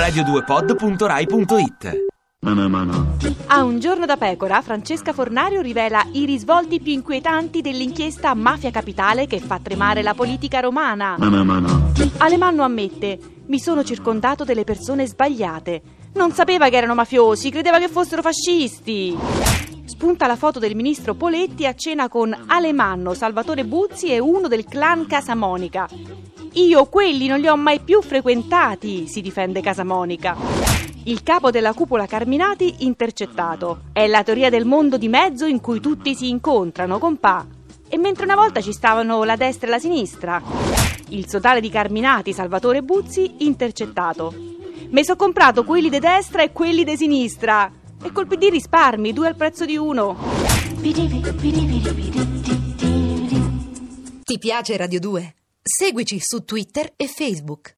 radio2pod.rai.it. A Un giorno da pecora, Francesca Fornario rivela i risvolti più inquietanti dell'inchiesta Mafia Capitale che fa tremare la politica romana. Alemanno ammette: mi sono circondato delle persone sbagliate. Non sapeva che erano mafiosi, credeva che fossero fascisti. Spunta la foto del ministro Poletti a cena con Alemanno, Salvatore Buzzi e uno del clan Casamonica. Io quelli non li ho mai più frequentati, si difende Casamonica. Il capo della cupola Carminati intercettato. È la teoria del mondo di mezzo in cui tutti si incontrano, compà. E mentre una volta ci stavano la destra e la sinistra. Il sodale di Carminati, Salvatore Buzzi, intercettato. Mi so comprato quelli di destra e quelli di sinistra. E col PD risparmi, 2 al prezzo di 1. Ti piace Radio 2? Seguici su Twitter e Facebook.